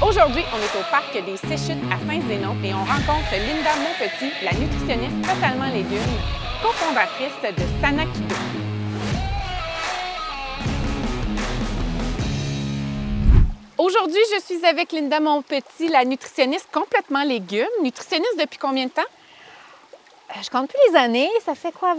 Aujourd'hui, on est au parc des Séchutes à Saint-Zénon et on rencontre Linda Monpetit, la nutritionniste totalement légumes, cofondatrice de Sana Keto. Aujourd'hui, je suis avec Linda Monpetit, la nutritionniste complètement légumes. Nutritionniste depuis combien de temps? Je compte plus les années. Ça fait quoi?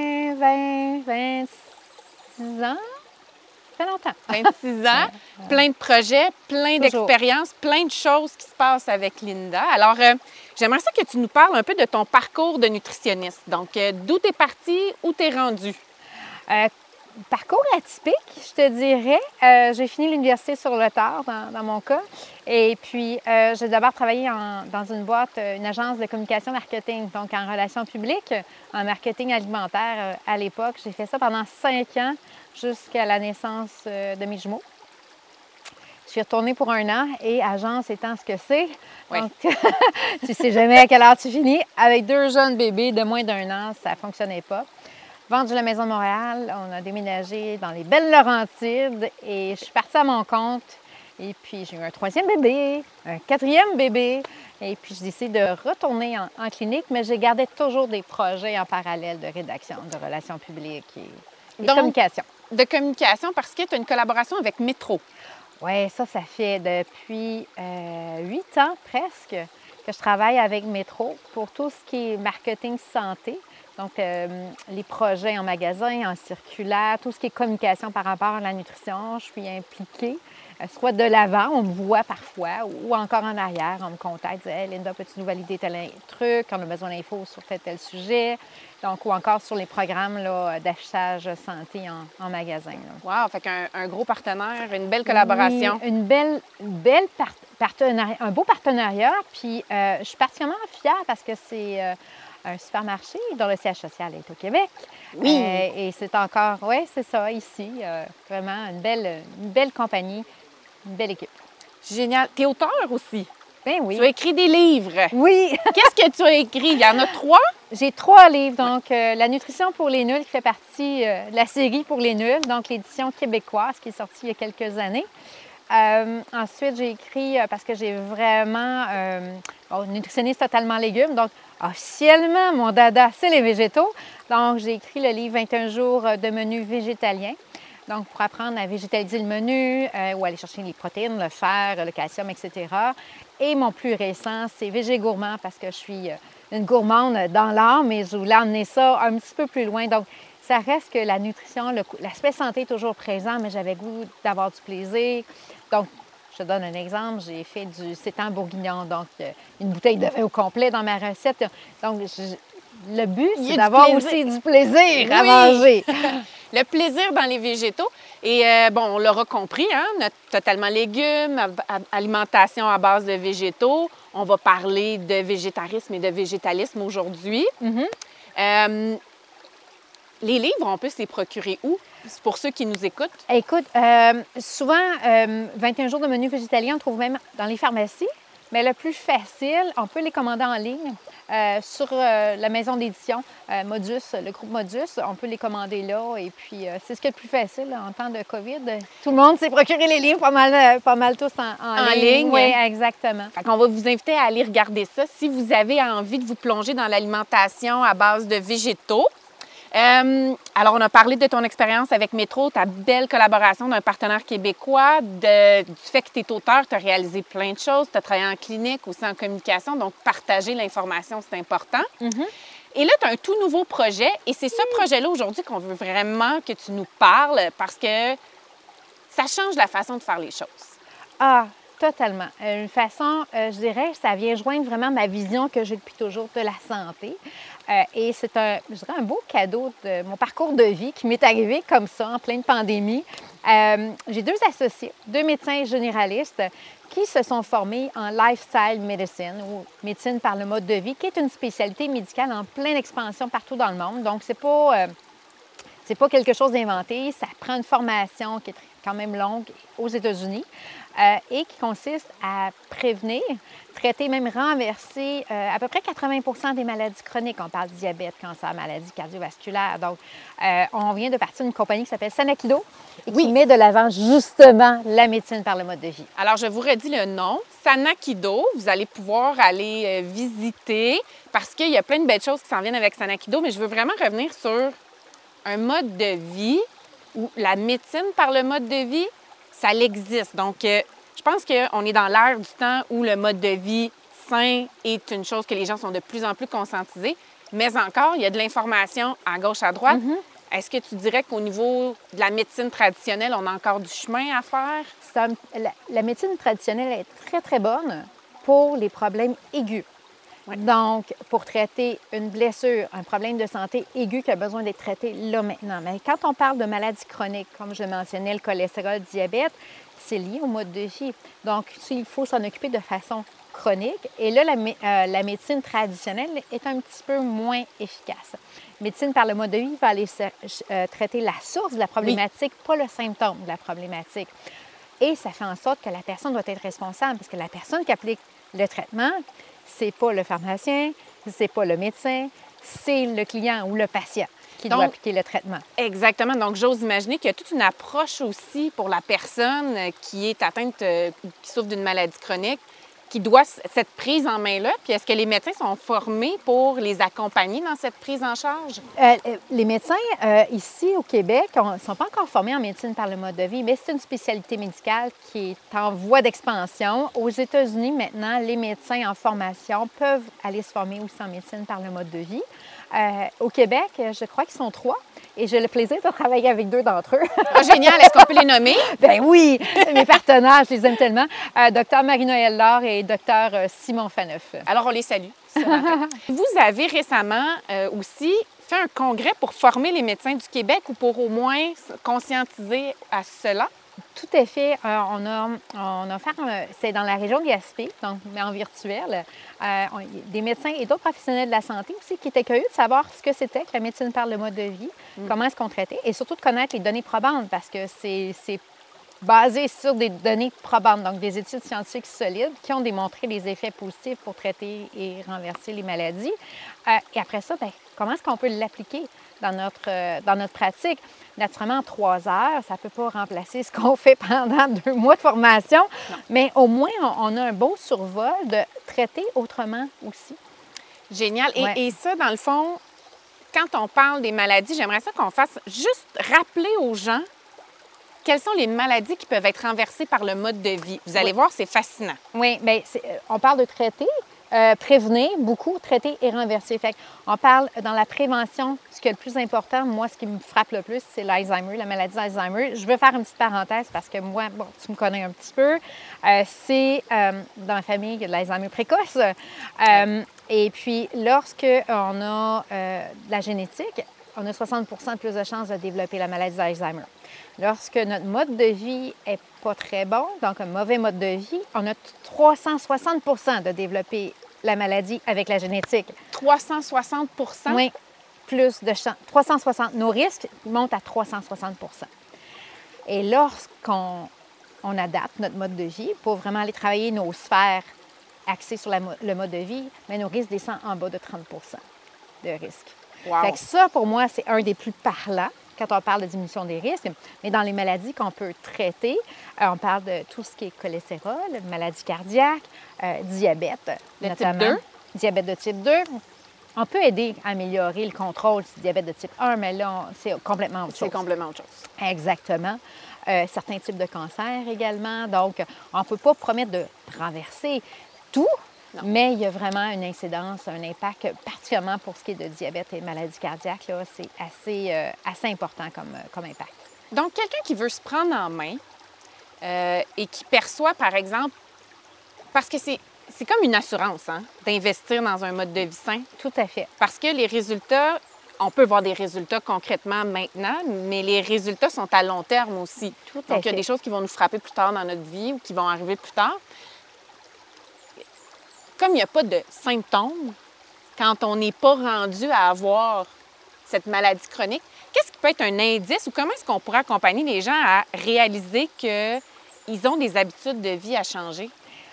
26 ans? Ça fait longtemps. 26 ans, plein de projets, plein d'expériences, plein de choses qui se passent avec Linda. Alors, j'aimerais ça que tu nous parles un peu de ton parcours de nutritionniste. Donc, d'où tu es partie, où tu es rendue? Parcours atypique, je te dirais. J'ai fini l'université sur le tard, dans mon cas. Et puis, j'ai d'abord travaillé dans une boîte, une agence de communication marketing, donc en relations publiques, en marketing alimentaire à l'époque. J'ai fait ça pendant 5 ans, jusqu'à la naissance de mes jumeaux. Je suis retournée pour 1 an et agence étant ce que c'est. Oui. Donc, tu sais jamais à quelle heure tu finis. Avec 2 jeunes bébés de moins d'1 an, ça ne fonctionnait pas. Vendu la maison de Montréal, on a déménagé dans les belles Laurentides et je suis partie à mon compte. Et puis, j'ai eu un 3e bébé, un 4e bébé. Et puis, j'ai décidé de retourner en clinique, mais j'ai gardé toujours des projets en parallèle de rédaction, de relations publiques et de communication. De communication parce que tu as une collaboration avec Métro. Oui, ça fait depuis 8 ans presque que je travaille avec Métro pour tout ce qui est marketing santé. Donc, les projets en magasin, en circulaire, tout ce qui est communication par rapport à la nutrition, je suis impliquée. Soit de l'avant, on me voit parfois, ou encore en arrière, on me contacte, dit « Hey, Linda, peux-tu nous valider tel truc? On a besoin d'infos sur tel sujet. » Donc, ou encore sur les programmes d'affichage santé en magasin. Là. Wow! Fait qu'un gros partenaire, une belle collaboration. Oui, un beau partenariat. Puis, je suis particulièrement fière parce que c'est un supermarché dont le siège social est au Québec. Oui! Et c'est encore, oui, c'est ça, ici. Vraiment une belle compagnie, une belle équipe. Génial. Tu es auteur aussi. Ben oui. Tu as écrit des livres. Oui. Qu'est-ce que tu as écrit? Il y en a 3? J'ai 3 livres. Donc, La nutrition pour les nuls qui fait partie de la série pour les nuls, donc l'édition québécoise qui est sortie il y a quelques années. Ensuite, j'ai écrit, parce que j'ai vraiment nutritionniste totalement légumes, donc officiellement, mon dada, c'est les végétaux. Donc, j'ai écrit le livre 21 jours de menu végétalien. Donc, pour apprendre à végétaliser le menu ou aller chercher les protéines, le fer, le calcium, etc. Et mon plus récent, c'est Végé gourmand parce que je suis une gourmande dans l'âme et je voulais emmener ça un petit peu plus loin. Donc, ça reste que la nutrition, l'aspect santé est toujours présent, mais j'avais goût d'avoir du plaisir. Donc, je te donne un exemple. J'ai fait du sétan bourguignon, donc une bouteille de vin au complet dans ma recette. Donc, le but, c'est d'avoir aussi du plaisir à manger. Le plaisir dans les végétaux. Et on l'aura compris, hein, notre totalement légumes, alimentation à base de végétaux. On va parler de végétarisme et de végétalisme aujourd'hui. Mm-hmm. Les livres, on peut se les procurer où? C'est pour ceux qui nous écoutent. Écoute, souvent, 21 jours de menu végétalien, on trouve même dans les pharmacies. Mais le plus facile, on peut les commander en ligne sur la maison d'édition Modus, le groupe Modus. On peut les commander là. Et puis, c'est ce qui est le plus facile là, en temps de COVID. Tout le monde s'est procuré les livres pas mal tous en ligne. Oui, exactement. Fait qu'on va vous inviter à aller regarder ça si vous avez envie de vous plonger dans l'alimentation à base de végétaux. Alors, on a parlé de ton expérience avec Métro, ta belle collaboration d'un partenaire québécois, du fait que tu es auteur, tu as réalisé plein de choses, tu as travaillé en clinique, aussi en communication, donc partager l'information, c'est important. Mm-hmm. Et là, tu as un tout nouveau projet et c'est ce projet-là aujourd'hui qu'on veut vraiment que tu nous parles parce que ça change la façon de faire les choses. Ah, totalement. Une façon, je dirais, ça vient joindre vraiment ma vision que j'ai depuis toujours de la santé. Et c'est un beau cadeau de mon parcours de vie qui m'est arrivé comme ça, en pleine pandémie. J'ai 2 associés, 2 médecins généralistes qui se sont formés en lifestyle medicine ou médecine par le mode de vie, qui est une spécialité médicale en pleine expansion partout dans le monde. Donc, c'est pas quelque chose d'inventé. Ça prend une formation qui est quand même longue aux États-Unis et qui consiste à prévenir, traiter, même renverser à peu près 80 des maladies chroniques. On parle de diabète, cancer, maladies cardiovasculaires. Donc, on vient de partir d'une compagnie qui s'appelle Sanakido et qui met de l'avant justement la médecine par le mode de vie. Alors, je vous redis le nom, Sanakido. Vous allez pouvoir aller visiter parce qu'il y a plein de belles choses qui s'en viennent avec Sanakido, mais je veux vraiment revenir sur un mode de vie où la médecine par le mode de vie, ça existe. Donc, je pense qu'on est dans l'ère du temps où le mode de vie sain est une chose que les gens sont de plus en plus conscientisés, mais encore, il y a de l'information à gauche, à droite. Est-ce que tu dirais qu'au niveau de la médecine traditionnelle, on a encore du chemin à faire? La médecine traditionnelle est très, très bonne pour les problèmes aigus. Oui. Donc, pour traiter une blessure, un problème de santé aigu qui a besoin d'être traité là maintenant. Mais quand on parle de maladies chroniques, comme je mentionnais, le cholestérol, le diabète, c'est lié au mode de vie. Donc, il faut s'en occuper de façon chronique. Et là, la médecine traditionnelle est un petit peu moins efficace. Médecine par le mode de vie va aller traiter la source de la problématique, pas le symptôme de la problématique. Et ça fait en sorte que la personne doit être responsable parce que la personne qui applique le traitement, c'est pas le pharmacien, c'est pas le médecin, c'est le client ou le patient qui doit appliquer le traitement. Exactement. Donc, j'ose imaginer qu'il y a toute une approche aussi pour la personne qui est atteinte, qui souffre d'une maladie chronique, qui doit cette prise en main-là. Puis est-ce que les médecins sont formés pour les accompagner dans cette prise en charge? Les médecins ici au Québec ne sont pas encore formés en médecine par le mode de vie, mais c'est une spécialité médicale qui est en voie d'expansion. Aux États-Unis, maintenant, les médecins en formation peuvent aller se former aussi en médecine par le mode de vie. Au Québec, je crois qu'ils sont 3 et j'ai le plaisir de travailler avec 2 d'entre eux. Ah, génial! Est-ce qu'on peut les nommer? Ben oui! Mes partenaires, je les aime tellement. Dr Marie-Noëlle Laure et Dr Simon Faneuf. Alors, on les salue. Vous avez récemment aussi fait un congrès pour former les médecins du Québec ou pour au moins conscientiser à cela? Tout à fait. On a fait, c'est dans la région de Gaspé, donc mais en virtuel. Des médecins et d'autres professionnels de la santé aussi qui étaient curieux de savoir ce que c'était que la médecine par le mode de vie, comment est-ce qu'on traitait, et surtout de connaître les données probantes parce que c'est basé sur des données probantes, donc des études scientifiques solides qui ont démontré les effets positifs pour traiter et renverser les maladies. Et après ça, bien, comment est-ce qu'on peut l'appliquer dans notre pratique? Naturellement, en 3 heures, ça ne peut pas remplacer ce qu'on fait pendant 2 mois de formation, mais au moins, on a un beau survol de traiter autrement aussi. Génial. Et ça, dans le fond, quand on parle des maladies, j'aimerais ça qu'on fasse juste rappeler aux gens quelles sont les maladies qui peuvent être renversées par le mode de vie. Vous allez voir, c'est fascinant. Oui, bien, on parle de traiter. Prévenir, beaucoup, traiter et renverser. Fait on parle dans la prévention, ce qui est le plus important, moi, ce qui me frappe le plus, c'est l'Alzheimer, la maladie d'Alzheimer. Je veux faire une petite parenthèse parce que moi, bon, tu me connais un petit peu, c'est dans la famille, il y a de l'Alzheimer précoce. Et puis, lorsqu'on a de la génétique, on a 60 de plus de chances de développer la maladie d'Alzheimer. Lorsque notre mode de vie n'est pas très bon, donc un mauvais mode de vie, on a 360 de développer la maladie avec la génétique. 360 Oui, plus de chances. 360. Nos risques montent à 360 Et lorsqu'on adapte notre mode de vie pour vraiment aller travailler nos sphères axées sur le mode de vie, bien, nos risques descendent en bas de 30 de risque. Wow. Fait que ça, pour moi, c'est un des plus parlants quand on parle de diminution des risques. Mais dans les maladies qu'on peut traiter, on parle de tout ce qui est cholestérol, maladie cardiaque, diabète, notamment. Diabète de type 2. On peut aider à améliorer le contrôle du diabète de type 1, mais là, c'est complètement autre chose. C'est complètement autre chose. Exactement. Certains types de cancers également. Donc, on ne peut pas promettre de renverser tout. Non. Mais il y a vraiment une incidence, un impact, particulièrement pour ce qui est de diabète et maladie cardiaque. Là, c'est assez important comme impact. Donc, quelqu'un qui veut se prendre en main et qui perçoit, par exemple, parce que c'est comme une assurance, hein, d'investir dans un mode de vie sain. Tout à fait. Parce que les résultats, on peut voir des résultats concrètement maintenant, mais les résultats sont à long terme aussi. Tout à fait. Donc, il y a des choses qui vont nous frapper plus tard dans notre vie ou qui vont arriver plus tard. Comme il n'y a pas de symptômes, quand on n'est pas rendu à avoir cette maladie chronique, qu'est-ce qui peut être un indice ou comment est-ce qu'on pourrait accompagner les gens à réaliser qu'ils ont des habitudes de vie à changer?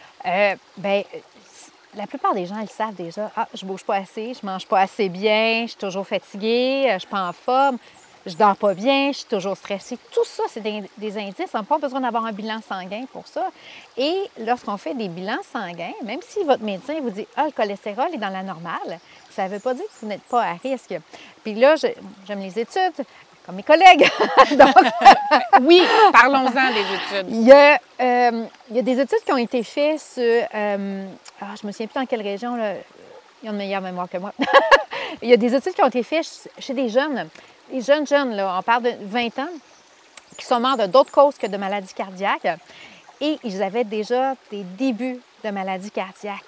La plupart des gens, ils savent déjà, je bouge pas assez, je mange pas assez bien, je suis toujours fatiguée, je suis pas en forme, je dors pas bien, je suis toujours stressée. Tout ça, c'est des indices. On n'a pas besoin d'avoir un bilan sanguin pour ça. Et lorsqu'on fait des bilans sanguins, même si votre médecin vous dit, le cholestérol est dans la normale, ça ne veut pas dire que vous n'êtes pas à risque. Puis là, j'aime les études, comme mes collègues. Donc, oui, parlons-en des études. Il y a des études qui ont été faites sur... je me souviens plus dans quelle région, là. Ils ont une meilleure mémoire que moi. Il y a des études qui ont été faites chez des jeunes. Les jeunes, là, on parle de 20 ans, qui sont morts de d'autres causes que de maladies cardiaques. Et ils avaient déjà des débuts de maladies cardiaques.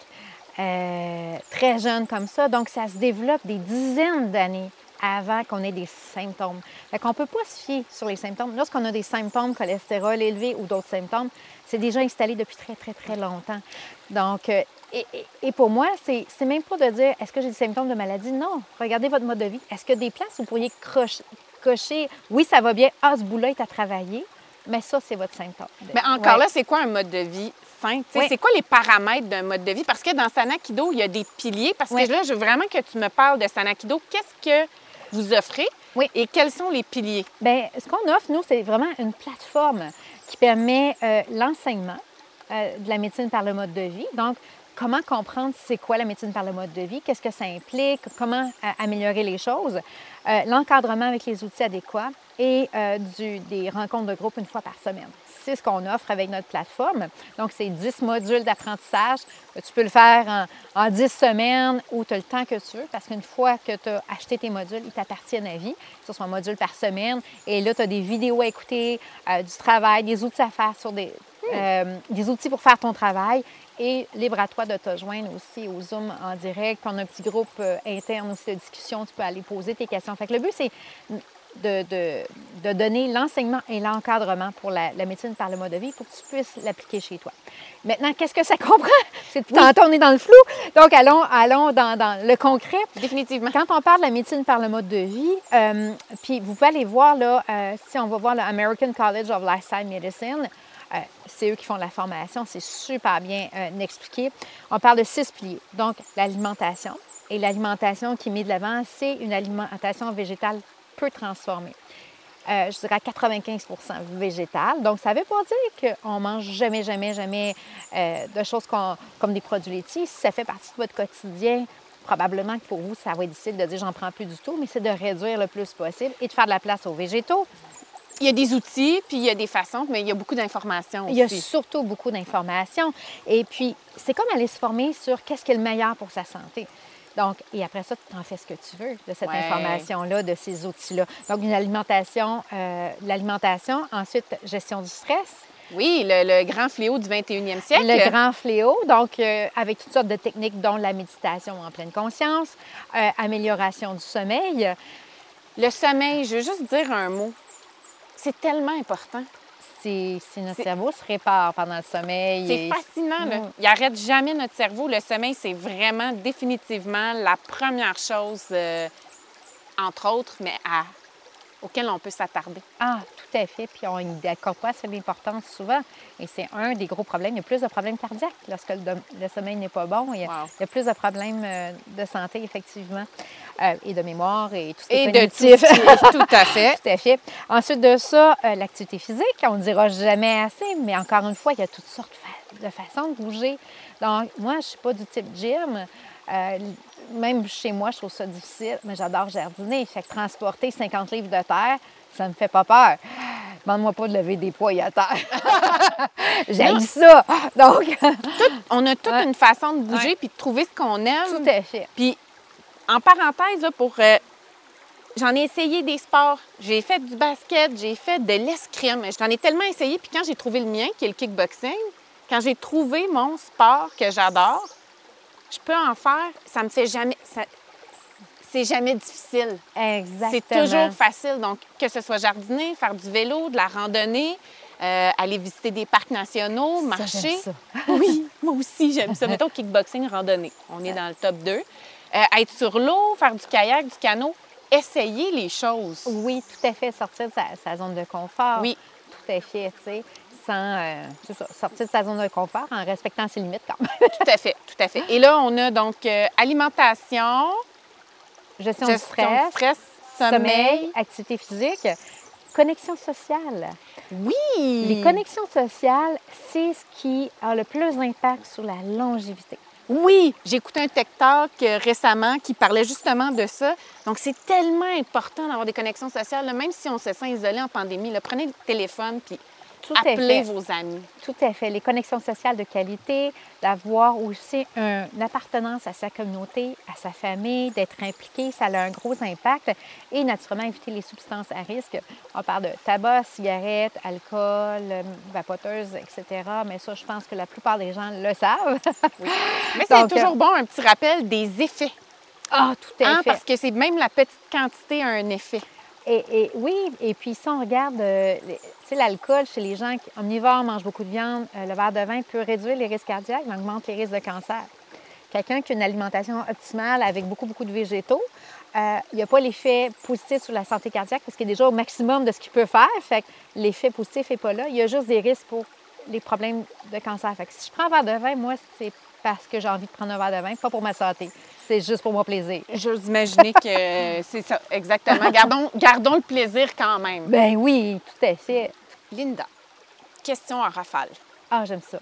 Très jeunes comme ça. Donc, ça se développe des dizaines d'années avant qu'on ait des symptômes. Fait qu'on ne peut pas se fier sur les symptômes. Lorsqu'on a des symptômes, cholestérol élevé ou d'autres symptômes, c'est déjà installé depuis très, très, très longtemps. Donc, et pour moi, c'est même pas de dire, est-ce que j'ai des symptômes de maladie? Non. Regardez votre mode de vie. Est-ce que des places où vous pourriez cocher, oui, ça va bien, ce bout-là est à travailler, mais ça, c'est votre symptôme. Mais encore là, c'est quoi un mode de vie sain? Oui. C'est quoi les paramètres d'un mode de vie? Parce que dans Sanakido, il y a des piliers. Parce que là, je veux vraiment que tu me parles de Sanakido. Qu'est-ce que vous offrez et quels sont les piliers? Bien, ce qu'on offre, nous, c'est vraiment une plateforme qui permet l'enseignement de la médecine par le mode de vie. Donc, comment comprendre c'est quoi la médecine par le mode de vie, qu'est-ce que ça implique, comment améliorer les choses, l'encadrement avec les outils adéquats et des rencontres de groupe une fois par semaine. C'est ce qu'on offre avec notre plateforme. Donc, c'est 10 modules d'apprentissage. Tu peux le faire en 10 semaines ou tu as le temps que tu veux parce qu'une fois que tu as acheté tes modules, ils t'appartiennent à vie. Ce sont un module par semaine. Et là, tu as des vidéos à écouter, du travail, des outils à faire sur des outils pour faire ton travail. Et libre à toi de te joindre aussi au Zoom en direct. On a un petit groupe interne aussi de discussion. Tu peux aller poser tes questions. Fait que le but, c'est de donner l'enseignement et l'encadrement pour la médecine par le mode de vie pour que tu puisses l'appliquer chez toi. Maintenant, qu'est-ce que ça comprend? Tantôt, on est dans le flou. Donc, allons dans le concret. Définitivement. Quand on parle de la médecine par le mode de vie, puis vous pouvez aller voir, là, si on va voir le American College of Lifestyle Medicine, c'est eux qui font la formation, c'est super bien expliqué. On parle de 6 piliers. Donc, l'alimentation. Et l'alimentation qui met de l'avant, c'est une alimentation végétale peu transformée. Je dirais à 95 végétale. Donc, ça ne veut pas dire qu'on ne mange jamais de choses comme des produits laitiers. Si ça fait partie de votre quotidien, probablement que pour vous, ça va être difficile de dire « j'en prends plus du tout », mais c'est de réduire le plus possible et de faire de la place aux végétaux. Il y a des outils, puis il y a des façons, mais il y a beaucoup d'informations aussi. Il y a surtout beaucoup d'informations. Et puis, c'est comme aller se former sur qu'est-ce qui est le meilleur pour sa santé. Donc, et après ça, tu en fais ce que tu veux de cette information-là, de ces outils-là. Donc, l'alimentation, ensuite, gestion du stress. Oui, le grand fléau du 21e siècle. Le grand fléau, donc avec toutes sortes de techniques, dont la méditation en pleine conscience, amélioration du sommeil. Le sommeil, je veux juste dire un mot. C'est tellement important. Notre cerveau se répare pendant le sommeil. C'est fascinant, là. Il n'arrête jamais notre cerveau. Le sommeil, c'est vraiment définitivement la première chose, entre autres, mais auquel on peut s'attarder. Tout à fait. Puis on y accorde pas assez d'importance souvent. Et c'est un des gros problèmes. Il y a plus de problèmes cardiaques lorsque le sommeil n'est pas bon. Il y a plus de problèmes de santé, effectivement, et de mémoire et tout ce qui est cognitif. Tout à fait. Tout à fait. Ensuite de ça, l'activité physique. On ne dira jamais assez, mais encore une fois, il y a toutes sortes de façons de bouger. Donc, moi, je ne suis pas du type gym. Même chez moi, je trouve ça difficile, mais j'adore jardiner. Fait que transporter 50 livres de terre, ça ne me fait pas peur. Demande-moi pas de lever des poids à terre. J'aime ça. Donc, on a toute une façon de bouger puis de trouver ce qu'on aime. Tout à fait. Puis, en parenthèse, là, j'en ai essayé des sports. J'ai fait du basket, j'ai fait de l'escrime. J'en ai tellement essayé. Puis quand j'ai trouvé le mien, qui est le kickboxing, quand j'ai trouvé mon sport que j'adore, je peux en faire, ça me fait jamais... C'est jamais difficile. Exactement. C'est toujours facile. Donc, que ce soit jardiner, faire du vélo, de la randonnée, aller visiter des parcs nationaux, marcher. Ça. Oui, moi aussi, j'aime ça. Mettons kickboxing, randonnée. On est dans le top 2. Être sur l'eau, faire du kayak, du canot, essayer les choses. Oui, tout à fait, sortir de sa zone de confort. Oui. Tout à fait, tu sais, c'est ça, sortir de sa zone de confort en respectant ses limites quand même. Tout à fait, tout à fait. Et là, on a donc alimentation, Gestion du stress, sommeil. activité physique, connexion sociale. Oui! Les connexions sociales, c'est ce qui a le plus d'impact sur la longévité. Oui! J'ai écouté un TikTok récemment qui parlait justement de ça. Donc, c'est tellement important d'avoir des connexions sociales, là, même si on se sent isolé en pandémie. Là, prenez le téléphone puis appelez vos amis. Tout à fait. Les connexions sociales de qualité, d'avoir aussi une appartenance à sa communauté, à sa famille, d'être impliqué, ça a un gros impact. Et naturellement, éviter les substances à risque. On parle de tabac, cigarettes, alcool, vapoteuse, etc. Mais ça, je pense que la plupart des gens le savent. Oui. Mais c'est toujours bon, un petit rappel des effets. Ah, tout à fait. Parce que c'est même la petite quantité a un effet. Et oui, et puis si on regarde, tu sais, l'alcool chez les gens qui omnivores mangent beaucoup de viande, le verre de vin peut réduire les risques cardiaques, mais augmente les risques de cancer. Quelqu'un qui a une alimentation optimale avec beaucoup de végétaux, il n'y a pas l'effet positif sur la santé cardiaque parce qu'il est déjà au maximum de ce qu'il peut faire. Fait que l'effet positif n'est pas là. Il y a juste des risques pour les problèmes de cancer. Fait que si je prends un verre de vin, moi, c'est parce que j'ai envie de prendre un verre de vin, pas pour ma santé. C'est juste pour mon plaisir. J'ose imaginer que c'est ça, exactement. Gardons le plaisir quand même. Ben oui, tout à fait. Linda, question en rafale. Ah, j'aime ça.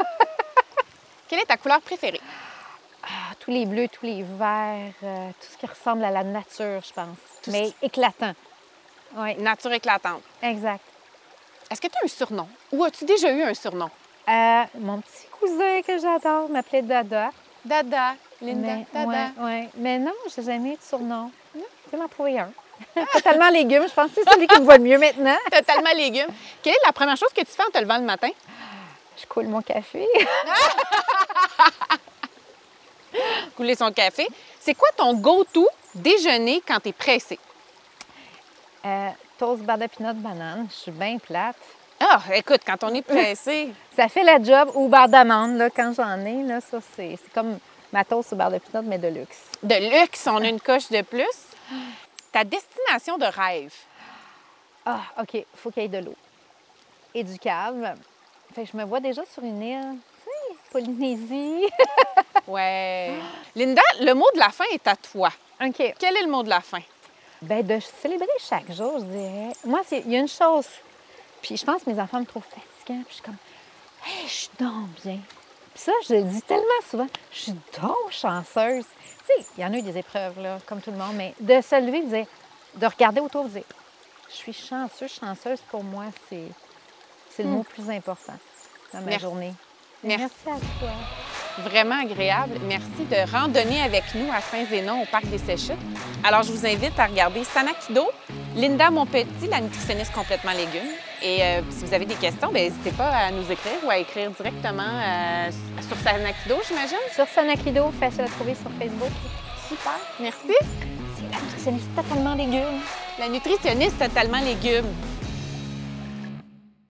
Quelle est ta couleur préférée? Ah, tous les bleus, tous les verts, tout ce qui ressemble à la nature, je pense. Mais éclatant. Oui. Nature éclatante. Exact. Est-ce que tu as un surnom? Ou as-tu déjà eu un surnom? Mon petit cousin que j'adore m'appelait Dada. Dada, Linda, Dada. Oui. Mais non, je n'ai jamais eu de surnom. Non, je vais m'en trouver un. Totalement légumes, je pense que c'est celui qui me va le mieux maintenant. Totalement légumes. Quelle est la première chose que tu fais en te levant le matin? Je coule mon café. Couler son café. C'est quoi ton go-to déjeuner quand tu es pressé? Toast, beurre de pinot, banane. Je suis bien plate. Ah, écoute, quand on est pressé. Ça fait la job. Ou beurre d'amande, là, quand j'en ai. Là, ça, c'est comme ma toast au beurre de pinot, mais de luxe. De luxe, on a une coche de plus. Ta destination de rêve? Ah, OK. Il faut qu'il y ait de l'eau. Et du calme. Fait que je me vois déjà sur une île. Tu sais, Polynésie. Ouais. Linda, le mot de la fin est à toi. OK. Quel est le mot de la fin? Bien, de célébrer chaque jour, je dirais. Moi, il y a une chose. Puis je pense que mes enfants me trouvent fatigant. Puis je suis comme, hey, je suis donc bien. Puis ça, je le dis tellement souvent, je suis donc chanceuse. Tu sais, il y en a eu des épreuves, là, comme tout le monde, mais de se lever et de dire, de regarder autour et de dire, je suis chanceuse, pour moi, c'est le mot plus important dans ma journée. Merci à toi. Vraiment agréable. Merci de randonner avec nous à Saint-Zénon au Parc des Séchutes. Alors, je vous invite à regarder Sanakido, Linda Monpetit, la nutritionniste complètement légumes. Et si vous avez des questions, n'hésitez pas à nous écrire ou à écrire directement sur Sanakido, j'imagine. Sur Sanakido, facile à trouver sur Facebook. Super, merci. C'est la nutritionniste totalement légumes. La nutritionniste totalement légumes.